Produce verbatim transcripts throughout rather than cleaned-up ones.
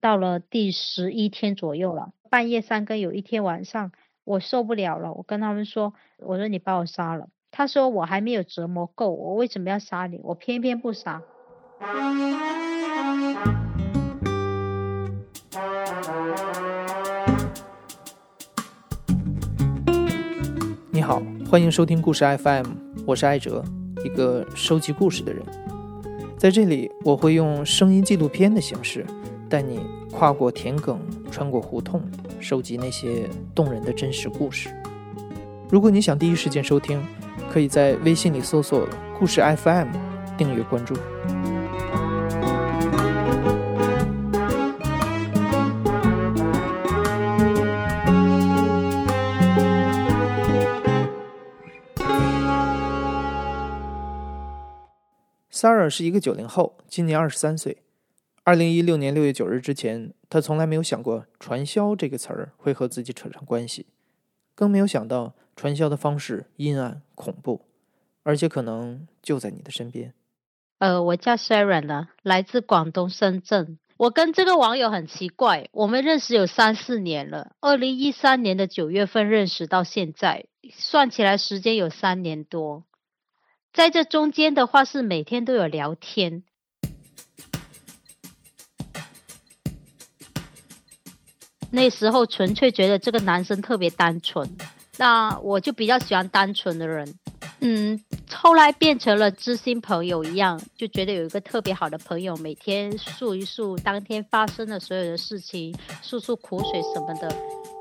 到了第十一天左右了，半夜三更有一天晚上我受不了了，我跟他们说，我说你把我杀了。他说我还没有折磨够，我为什么要杀你？我偏偏不杀。 你好，欢迎收听故事 F M， 我是艾哲，一个收集故事的人。在这里，我会用声音纪录片的形式，带你跨过田埂，穿过胡同，收集那些动人的真实故事。如果你想第一时间收听，可以在微信里搜索故事 F M， 订阅关注。Sarah 是一个九零后，今年二十三岁。二零一六年六月九日之前，她从来没有想过传销这个词儿会和自己扯上关系，更没有想到传销的方式阴暗恐怖，而且可能就在你的身边。 呃，我叫 Sarah 呢，来自广东深圳。我跟这个网友很奇怪，我们认识有三四年了，二零一三年的九月份认识到现在，算起来时间有三年多。在这中间的话是每天都有聊天。那时候纯粹觉得这个男生特别单纯，那我就比较喜欢单纯的人。嗯，后来变成了知心朋友一样，就觉得有一个特别好的朋友，每天诉一诉当天发生的所有的事情，诉诉苦水什么的。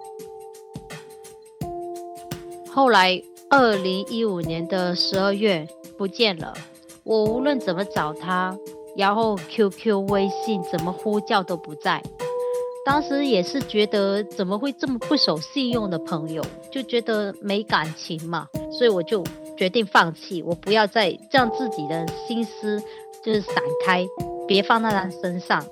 后来二零一五年的十二月不见了，我无论怎么找他，然后 Q Q 微信怎么呼叫都不在。当时也是觉得怎么会这么不守信用的朋友，就觉得没感情嘛，所以我就决定放弃，我不要再让自己的心思就是散开，别放在他身上。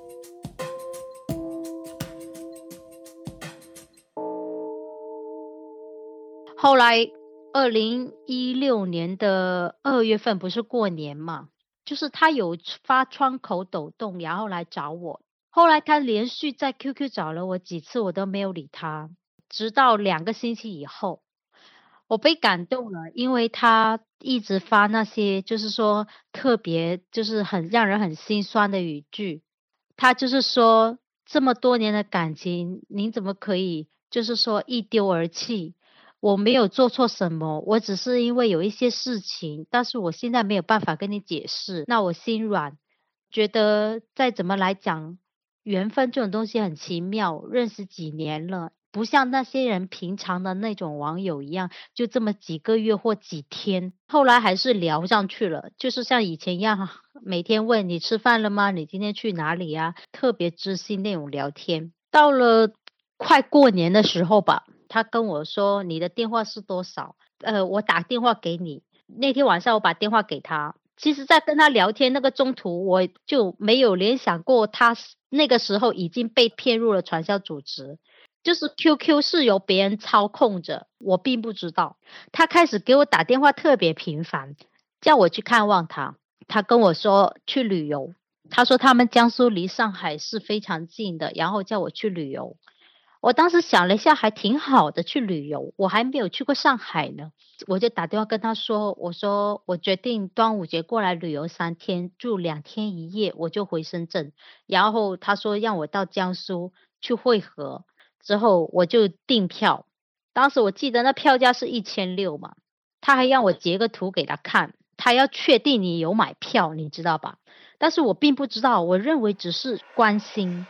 后来二零一六年的二月份不是过年嘛，就是他有发窗口抖动，然后来找我。后来他连续在 Q Q 找了我几次，我都没有理他，直到两个星期以后，我被感动了，因为他一直发那些就是说特别就是很让人很心酸的语句。他就是说这么多年的感情，您怎么可以就是说一丢而弃？我没有做错什么，我只是因为有一些事情，但是我现在没有办法跟你解释，那我心软，觉得再怎么来讲，缘分这种东西很奇妙，认识几年了，不像那些人平常的那种网友一样，就这么几个月或几天，后来还是聊上去了，就是像以前一样，每天问你吃饭了吗？你今天去哪里啊？特别知心那种聊天。到了快过年的时候吧，他跟我说你的电话是多少？呃，我打电话给你。那天晚上我把电话给他。其实在跟他聊天那个中途，我就没有联想过他那个时候已经被骗入了传销组织，就是 Q Q 是由别人操控着，我并不知道。他开始给我打电话特别频繁，叫我去看望他。他跟我说去旅游，他说他们江苏离上海是非常近的，然后叫我去旅游。我当时想了一下，还挺好的，去旅游，我还没有去过上海呢。我就打电话跟他说，我说我决定端午节过来旅游三天，住两天一夜，我就回深圳。然后他说让我到江苏去会合，之后我就订票。当时我记得那票价是一千六嘛，他还让我截个图给他看，他要确定你有买票，你知道吧？但是我并不知道，我认为只是关心。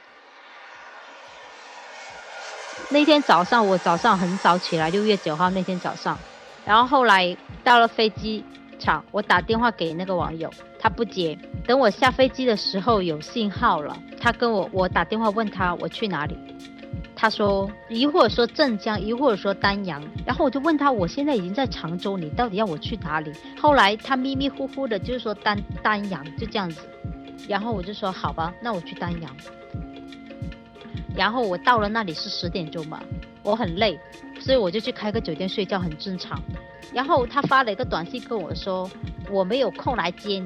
那天早上我早上很早起来，六月九号那天早上，然后后来到了飞机场，我打电话给那个网友，他不接。等我下飞机的时候有信号了，他跟我我打电话问他我去哪里，他说一会儿说镇江，一会儿说丹阳，然后我就问他我现在已经在常州，你到底要我去哪里？后来他迷迷糊糊的就是说丹丹阳，就这样子。然后我就说好吧，那我去丹阳。然后我到了那里是十点钟嘛，我很累，所以我就去开个酒店睡觉，很正常。然后他发了一个短信跟我说我没有空来接你，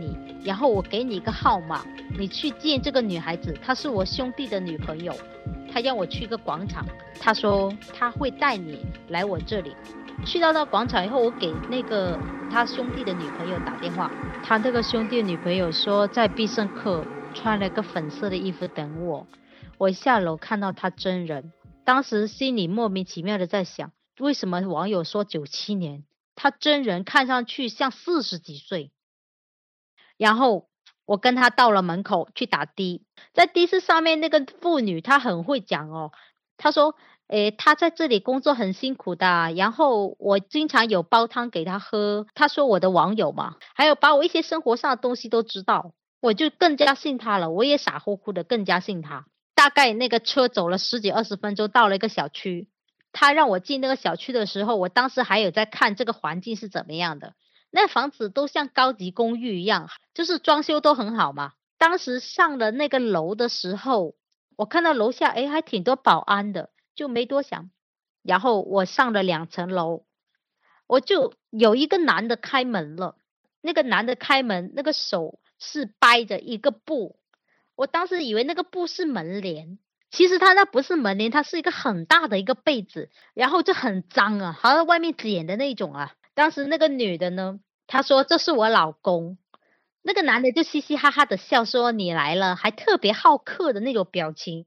然后我给你一个号码，你去见这个女孩子，她是我兄弟的女朋友，她让我去一个广场，她说她会带你来我这里。去到那广场以后，我给那个他兄弟的女朋友打电话，他那个兄弟的女朋友说在必胜客穿了个粉色的衣服等我。我下楼看到他真人，当时心里莫名其妙的在想，为什么网友说九七年，他真人看上去像四十几岁。然后我跟他到了门口去打的，在的士上面那个妇女她很会讲哦，她说诶，他在这里工作很辛苦的，然后我经常有煲汤给他喝。他说我的网友嘛，还有把我一些生活上的东西都知道，我就更加信他了，我也傻乎乎的更加信他。大概那个车走了十几二十分钟，到了一个小区，他让我进那个小区的时候，我当时还有在看这个环境是怎么样的，那房子都像高级公寓一样，就是装修都很好嘛。当时上了那个楼的时候，我看到楼下诶还挺多保安的，就没多想。然后我上了两层楼，我就有一个男的开门了，那个男的开门，那个手是掰着一个布，我当时以为那个布是门帘，其实他那不是门帘，它是一个很大的一个被子，然后就很脏啊，好像外面剪的那种啊。当时那个女的呢，她说这是我老公，那个男的就嘻嘻哈哈的笑说你来了，还特别好客的那种表情。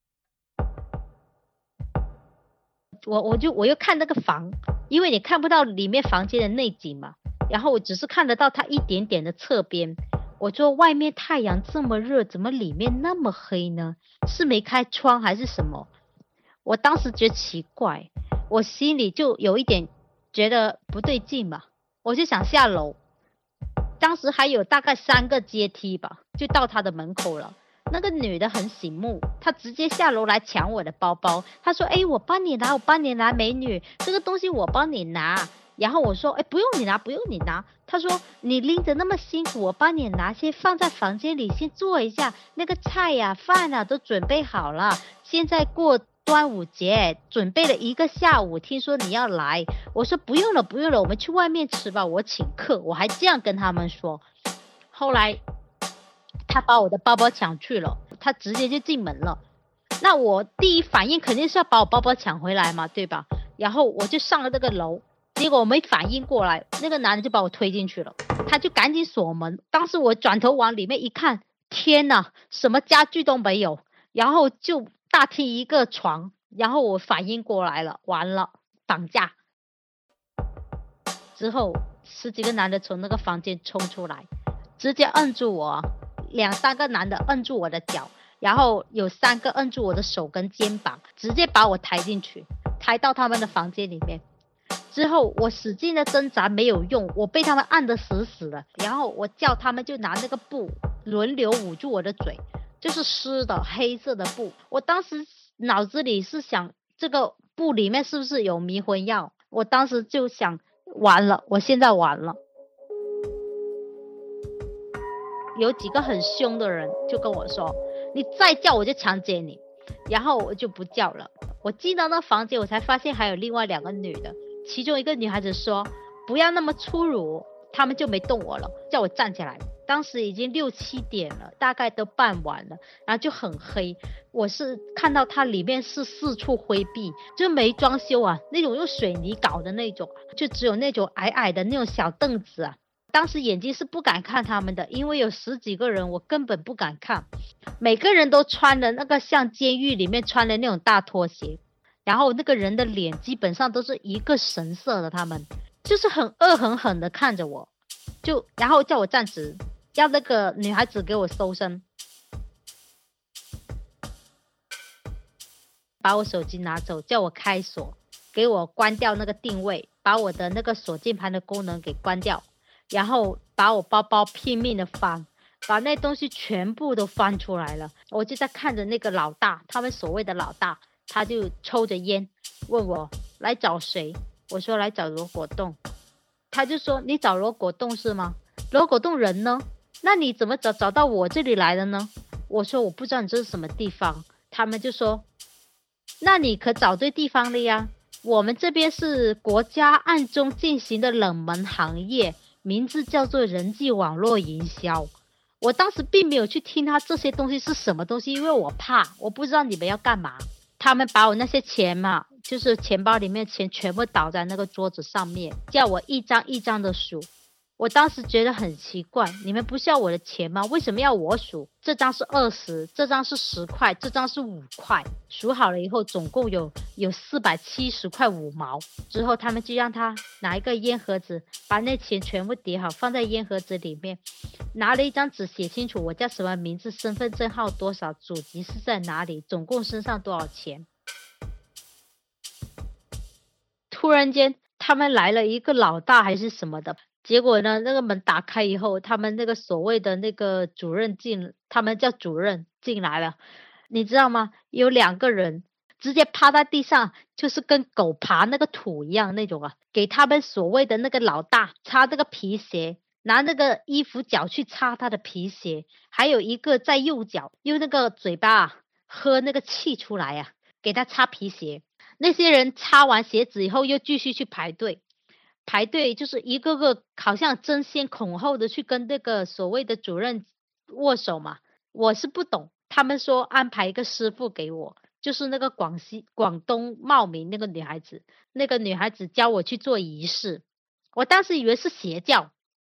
我我就我又看那个房，因为你看不到里面房间的内景嘛，然后我只是看得到它一点点的侧边。我说外面太阳这么热，怎么里面那么黑呢？是没开窗还是什么？我当时觉得奇怪，我心里就有一点觉得不对劲嘛，我就想下楼。当时还有大概三个阶梯吧，就到他的门口了。那个女的很醒目，她直接下楼来抢我的包包，她说诶我帮你拿我帮你拿美女，这个东西我帮你拿。然后我说诶不用你拿不用你拿，她说你拎着那么辛苦，我帮你拿，先放在房间里先坐一下，那个菜呀、啊、饭啊都准备好了，现在过端午节准备了一个下午，听说你要来。我说不用了不用了，我们去外面吃吧，我请客，我还这样跟他们说。后来他把我的包包抢去了，他直接就进门了。那我第一反应肯定是要把我包包抢回来嘛，对吧？然后我就上了这个楼，结果我没反应过来，那个男的就把我推进去了，他就赶紧锁门。当时我转头往里面一看，天哪，什么家具都没有，然后就大厅一个床，然后我反应过来了，完了，绑架。之后十几个男的从那个房间冲出来，直接摁住我，两三个男的摁住我的脚，然后有三个摁住我的手跟肩膀，直接把我抬进去，抬到他们的房间里面。之后我使劲的挣扎没有用，我被他们按得死死的，然后我叫他们就拿那个布轮流捂住我的嘴，就是湿的黑色的布。我当时脑子里是想这个布里面是不是有迷魂药，我当时就想完了，我现在完了。有几个很凶的人就跟我说你再叫我就强奸你，然后我就不叫了。我进到那房间，我才发现还有另外两个女的，其中一个女孩子说不要那么粗鲁，他们就没动我了，叫我站起来。当时已经六七点了，大概都傍晚了，然后就很黑，我是看到它里面是四处灰壁，就没装修啊，那种用水泥搞的那种，就只有那种矮矮的那种小凳子啊。当时眼睛是不敢看他们的，因为有十几个人，我根本不敢看。每个人都穿的那个像监狱里面穿的那种大拖鞋，然后那个人的脸基本上都是一个神色的，他们就是很恶狠狠的看着我，就然后叫我站直，要那个女孩子给我搜身，把我手机拿走，叫我开锁，给我关掉那个定位，把我的那个锁键盘的功能给关掉，然后把我包包拼命的翻，把那东西全部都翻出来了。我就在看着那个老大，他们所谓的老大，他就抽着烟问我来找谁，我说来找罗果冻。他就说你找罗果冻是吗？罗果冻人呢？那你怎么找找到我这里来的呢？我说我不知道你这是什么地方。他们就说那你可找对地方了呀，我们这边是国家暗中进行的冷门行业，名字叫做人际网络营销。 我当时并没有去听他这些东西是什么东西，因为我怕，我不知道你们要干嘛。他们把我那些钱嘛，就是钱包里面钱全部倒在那个桌子上面，叫我一张一张的数。我当时觉得很奇怪，你们不是要我的钱吗？为什么要我数？这张是二十，这张是十块，这张是五块。数好了以后，总共有有四百七十块五毛。之后他们就让他拿一个烟盒子，把那钱全部叠好，放在烟盒子里面，拿了一张纸写清楚我叫什么名字，身份证号多少，祖籍是在哪里，总共身上多少钱。突然间，他们来了一个老大还是什么的。结果呢，那个门打开以后，他们那个所谓的那个主任进，他们叫主任进来了，你知道吗？有两个人直接趴在地上，就是跟狗爬那个土一样那种啊，给他们所谓的那个老大擦这个皮鞋，拿那个衣服角去擦他的皮鞋，还有一个在右脚用那个嘴巴啊喝那个气出来啊，给他擦皮鞋。那些人擦完鞋子以后，又继续去排队。排队就是一个个好像争先恐后的去跟那个所谓的主任握手嘛。我是不懂，他们说安排一个师傅给我，就是那个广西广东茂名那个女孩子，那个女孩子教我去做仪式，我当时以为是邪教。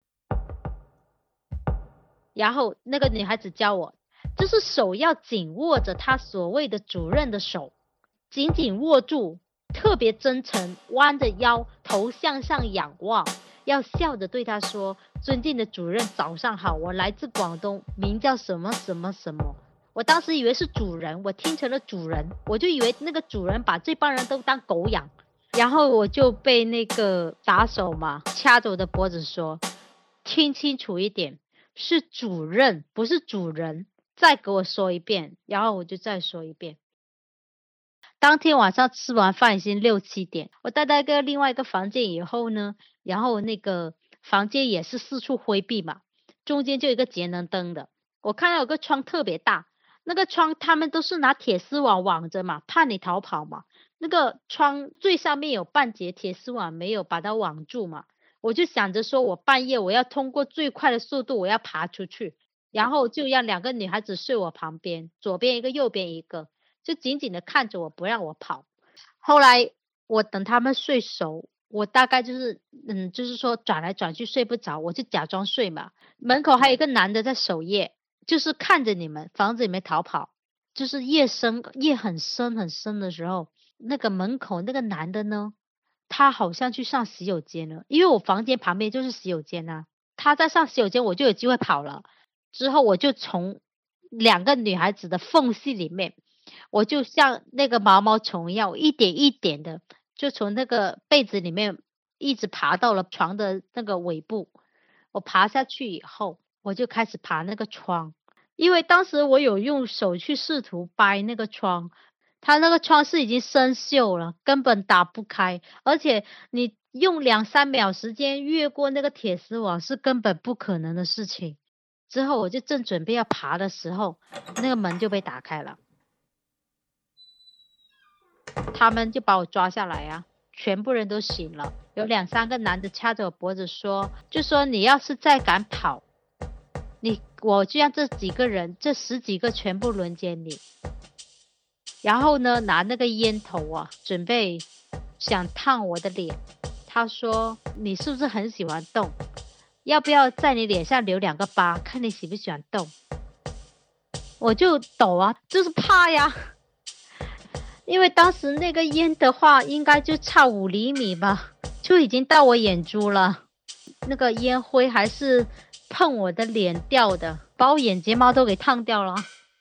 然后那个女孩子教我，就是手要紧握着她所谓的主任的手，紧紧握住，特别真诚，弯着腰，头向上仰望，要笑着对他说，尊敬的主任早上好，我来自广东，名叫什么什么什么。我当时以为是主人，我听成了主人，我就以为那个主人把这帮人都当狗养。然后我就被那个打手嘛掐着我的脖子说，听清楚一点，是主任不是主人，再给我说一遍。然后我就再说一遍。当天晚上吃完饭已经六七点，我带到一个另外一个房间以后呢，然后那个房间也是四处灰壁嘛，中间就有一个节能灯的。我看到有个窗特别大，那个窗他们都是拿铁丝网网着嘛，怕你逃跑嘛。那个窗最上面有半截铁丝网，没有把它网住嘛。我就想着说我半夜我要通过最快的速度我要爬出去，然后就让两个女孩子睡我旁边，左边一个右边一个，就紧紧的看着我不让我跑。后来我等他们睡熟，我大概就是嗯，就是说转来转去睡不着，我就假装睡嘛。门口还有一个男的在守夜，就是看着你们房子里面逃跑。就是夜深夜很深很深的时候，那个门口那个男的呢，他好像去上洗手间了，因为我房间旁边就是洗手间啊，他在上洗手间我就有机会跑了。之后我就从两个女孩子的缝隙里面，我就像那个毛毛虫一样，我一点一点的就从那个被子里面一直爬到了床的那个尾部。我爬下去以后，我就开始爬那个窗，因为当时我有用手去试图掰那个窗，它那个窗是已经生锈了，根本打不开，而且你用两三秒时间越过那个铁丝网是根本不可能的事情。之后我就正准备要爬的时候，那个门就被打开了，他们就把我抓下来啊，全部人都醒了，有两三个男的掐着我脖子说，就说你要是再敢跑，你我就让这几个人这十几个全部轮奸你。然后呢拿那个烟头啊准备想烫我的脸，他说你是不是很喜欢动，要不要在你脸上留两个疤，看你喜不喜欢动。我就抖啊，就是怕呀，因为当时那个烟的话应该就差五厘米吧，就已经到我眼珠了，那个烟灰还是碰我的脸掉的，把我眼睫毛都给烫掉了。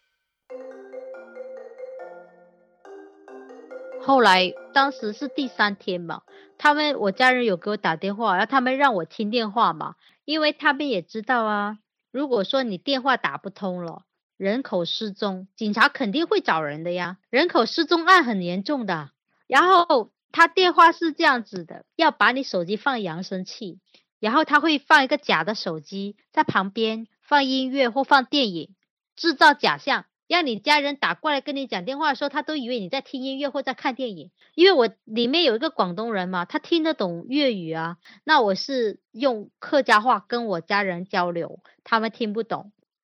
后来当时是第三天嘛，他们我家人有给我打电话，然后他们让我听电话嘛，因为他们也知道啊，如果说你电话打不通了，人口失踪，警察肯定会找人的呀，人口失踪案很严重的。然后他电话是这样子的，要把你手机放扬声器，然后他会放一个假的手机在旁边放音乐或放电影，制造假象，让你家人打过来跟你讲电话的时候，他都以为你在听音乐或在看电影。因为我里面有一个广东人嘛，他听得懂粤语啊，那我是用客家话跟我家人交流，他们听不懂，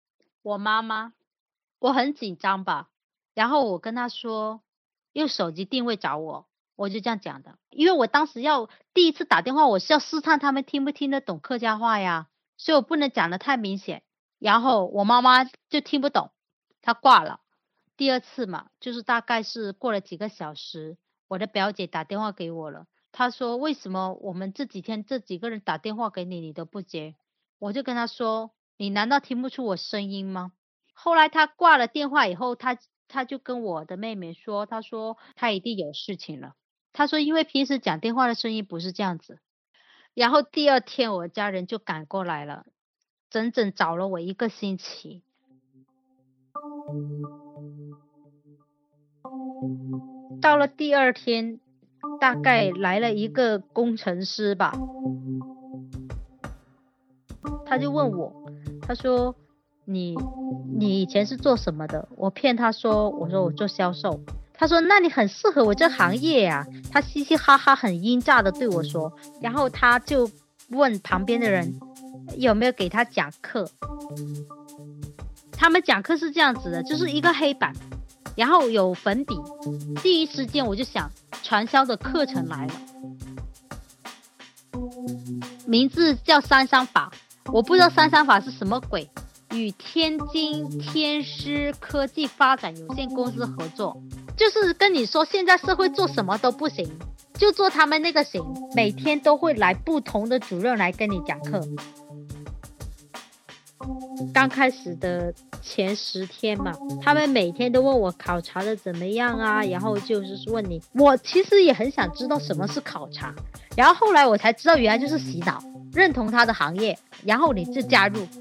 我妈妈，我很紧张吧，然后我跟她说用手机定位找我，我就这样讲的，因为我当时要第一次打电话，我是要试探他们听不听得懂客家话呀，所以我不能讲得太明显。然后我妈妈就听不懂，她挂了。第二次嘛，就是大概是过了几个小时，我的表姐打电话给我了，她说为什么我们这几天这几个人打电话给你，你都不接？我就跟她说，你难道听不出我声音吗？后来她挂了电话以后，她她就跟我的妹妹说，她说她一定有事情了。她说因为平时讲电话的声音不是这样子。然后第二天我家人就赶过来了，整整找了我一个星期。到了第二天，大概来了一个工程师吧，他就问我，他说你你以前是做什么的？我骗他说，我说我做销售。他说那你很适合我这行业啊，他嘻嘻哈哈很阴诈的对我说。然后他就问旁边的人有没有给他讲课。他们讲课是这样子的，就是一个黑板，然后有粉笔。第一时间我就想，传销的课程来了，名字叫三商法，我不知道三商法是什么鬼。与天津天狮科技发展有限公司合作，就是跟你说现在社会做什么都不行，就做他们那个行，每天都会来不同的主任来跟你讲课。刚开始的前十天嘛，他们每天都问我考察的怎么样啊，然后就是问你，我其实也很想知道什么是考察，然后后来我才知道原来就是洗脑，认同他的行业，然后你就加入。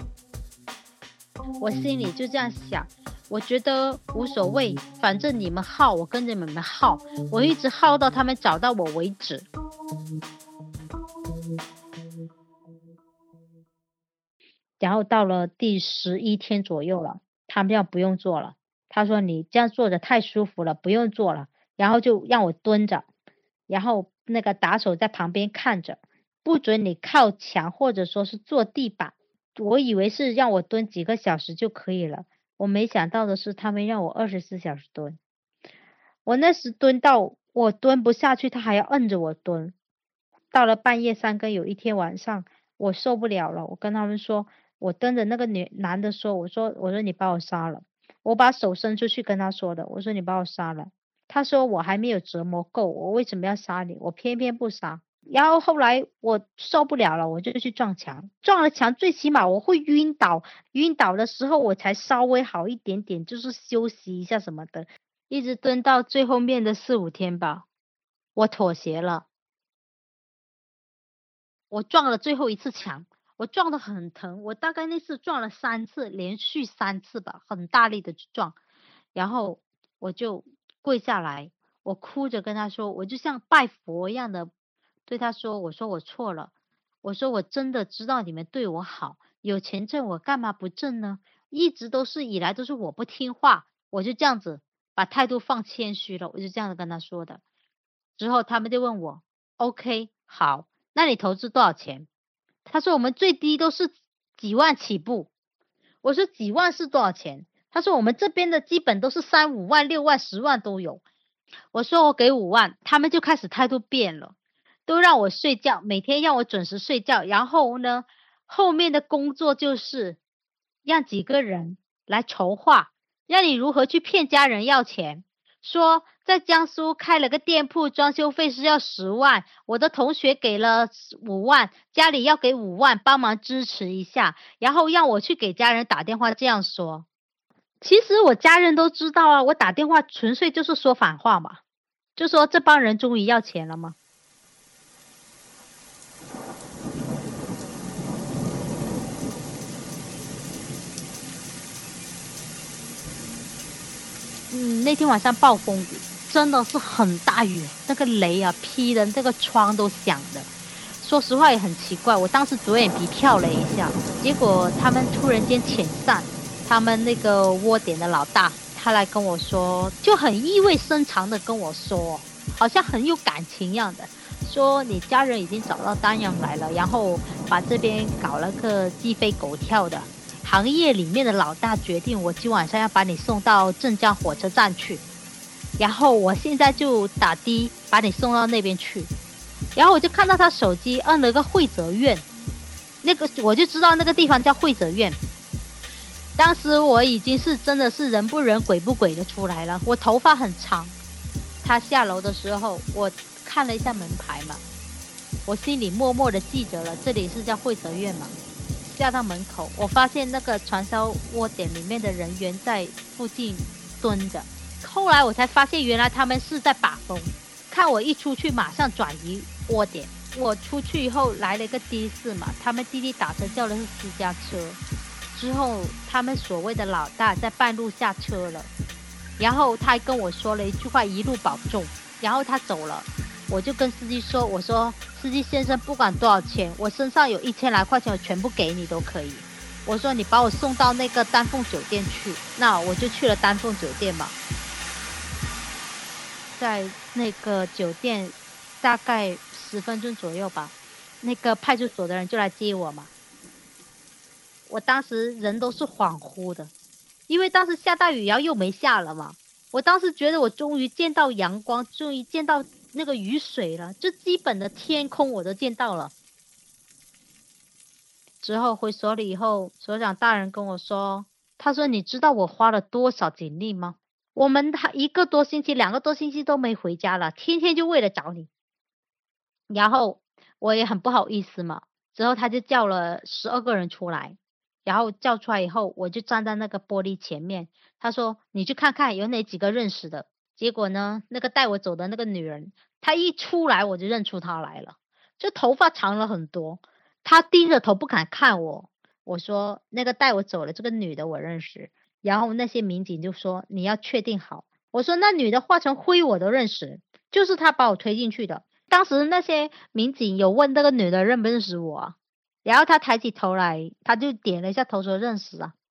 我心里就这样想，我觉得无所谓，反正你们耗我跟着你们耗，我一直耗到他们找到我为止。然后到了第十一天左右了，他们要不用做了，他说你这样坐着太舒服了，不用做了，然后就让我蹲着，然后那个打手在旁边看着，不准你靠墙或者说是坐地板。我以为是让我蹲几个小时就可以了，我没想到的是他们让我二十四小时蹲。我那时蹲到我蹲不下去，他还要摁着我蹲。到了半夜三更，有一天晚上我受不了了，我跟他们说，我跟着那个女男的说，我说我说你把我杀了，我把手伸出去跟他说的，我说你把我杀了。他说我还没有折磨够，我为什么要杀你？我偏偏不杀。然后后来我受不了了，我就去撞墙，撞了墙最起码我会晕倒，晕倒的时候我才稍微好一点点，就是休息一下什么的，一直蹲到最后面的四五天吧，我妥协了。我撞了最后一次墙，我撞得很疼，我大概那次撞了三次，连续三次吧，很大力的撞。然后我就跪下来，我哭着跟他说，我就像拜佛一样的对他说，我说我错了，我说我真的知道你们对我好，有钱挣我干嘛不挣呢？一直都是以来都是我不听话，我就这样子把态度放谦虚了，我就这样子跟他说的。之后他们就问我 OK 好，那你投资多少钱？他说我们最低都是几万起步。我说几万是多少钱？他说我们这边的基本都是三五万六万十万都有。我说我给五万，他们就开始态度变了，都让我睡觉，每天让我准时睡觉。然后呢，后面的工作就是让几个人来筹划，让你如何去骗家人要钱，说在江苏开了个店铺，装修费是要十万，我的同学给了五万，家里要给五万，帮忙支持一下，然后让我去给家人打电话这样说。其实我家人都知道啊，我打电话纯粹就是说反话嘛，就说这帮人终于要钱了吗？嗯，那天晚上暴风雨，真的是很大雨，那个雷啊劈的这个窗都响的。说实话也很奇怪，我当时左眼皮跳了一下，结果他们突然间遣散，他们那个窝点的老大他来跟我说，就很意味深长的跟我说，好像很有感情一样的，说你家人已经找到单人来了，然后把这边搞了个鸡飞狗跳的， 行业里面的老大决定我今晚上要把你送到镇江火车站去，然后我现在就打的把你送到那边去。然后我就看到他手机按了个惠泽苑，那个我就知道那个地方叫惠泽苑。当时我已经是真的是人不人鬼不鬼的出来了，我头发很长。他下楼的时候我看了一下门牌嘛，我心里默默的记着了，这里是叫惠泽苑嘛。下到门口，我发现那个传销窝点里面的人员在附近蹲着。后来我才发现，原来他们是在把风，看我一出去马上转移窝点。我出去以后来了一个的士嘛，他们滴滴打车叫的是私家车。之后他们所谓的老大在半路下车了，然后他还跟我说了一句话，一路保重，然后他走了。我就跟司机说，我说司机先生，不管多少钱，我身上有一千来块钱，我全部给你都可以。我说你把我送到那个丹凤酒店去，那我就去了丹凤酒店嘛。在那个酒店大概十分钟左右吧，那个派出所的人就来接我嘛。我当时人都是恍惚的，因为当时下大雨，然后又没下了嘛。我当时觉得我终于见到阳光，终于见到那个雨水了，就基本的天空我都见到了。之后回所里以后，所长大人跟我说，他说你知道我花了多少精力吗？我们一个多星期两个多星期都没回家了，天天就为了找你。然后我也很不好意思嘛，之后他就叫了十二个人出来，然后叫出来以后，我就站在那个玻璃前面，他说你去看看有哪几个认识的。结果呢，那个带我走的那个女人，她一出来我就认出她来了，就头发长了很多，她低着头不敢看我。我说那个带我走的这个女的我认识。然后那些民警就说你要确定好。我说那女的化成灰我都认识，就是她把我推进去的。当时那些民警有问那个女的认不认识我啊，然后她抬起头来，她就点了一下头说认识啊。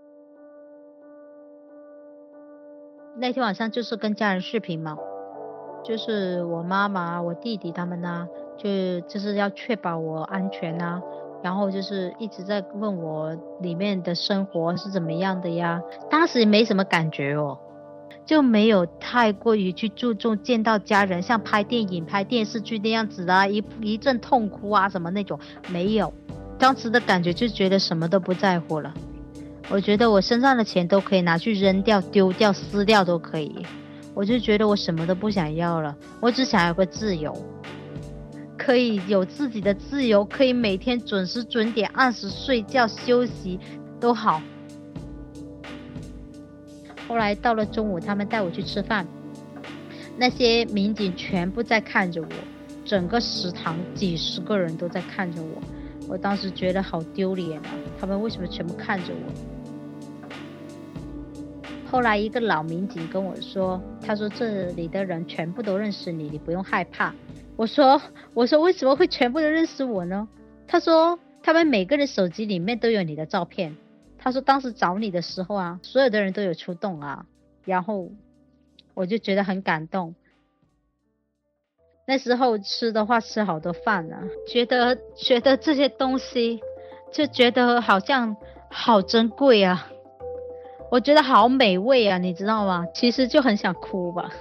那天晚上就是跟家人视频嘛，就是我妈妈我弟弟他们啊，就就是要确保我安全啊，然后就是一直在问我里面的生活是怎么样的呀。当时没什么感觉哦，就没有太过于去注重见到家人，像拍电影拍电视剧那样子啊，一一阵痛哭啊什么那种没有。当时的感觉就觉得什么都不在乎了，我觉得我身上的钱都可以拿去扔掉丢掉撕掉都可以，我就觉得我什么都不想要了，我只想要个自由，可以有自己的自由，可以每天准时准点按时睡觉休息都好。后来到了中午，他们带我去吃饭，那些民警全部在看着我，整个食堂几十个人都在看着我，我当时觉得好丢脸啊，他们为什么全部看着我？后来一个老民警跟我说，他说这里的人全部都认识你，你不用害怕。我说我说为什么会全部都认识我呢？他说他们每个人手机里面都有你的照片，他说当时找你的时候啊，所有的人都有出动啊。然后我就觉得很感动。那时候吃的话吃好多饭啊，觉得觉得这些东西就觉得好像好珍贵啊，我觉得好美味啊，你知道吗？其实就很想哭吧。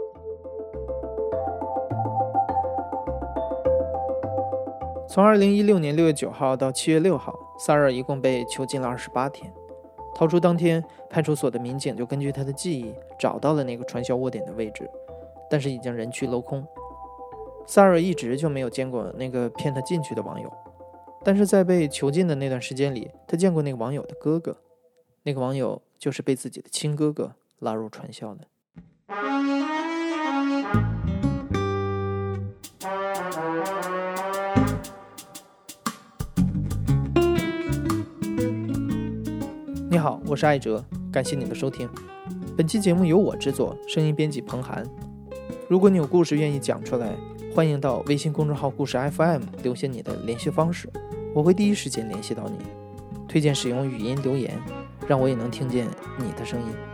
从二零一六年六月九号到七月六号，萨尔一共被囚禁了二十八天。逃出当天，派出所的民警就根据他的记忆找到了那个传销窝点的位置，但是已经人去楼空。萨尔一直就没有见过那个骗他进去的网友，但是在被囚禁的那段时间里，他见过那个网友的哥哥，那个网友就是被自己的亲哥哥拉入传销的。你好，我是艾哲，感谢你的收听。本期节目由我制作，声音编辑彭涵。如果你有故事愿意讲出来，欢迎到微信公众号故事 F M 留下你的联系方式，我会第一时间联系到你。推荐使用语音留言，让我也能听见你的声音。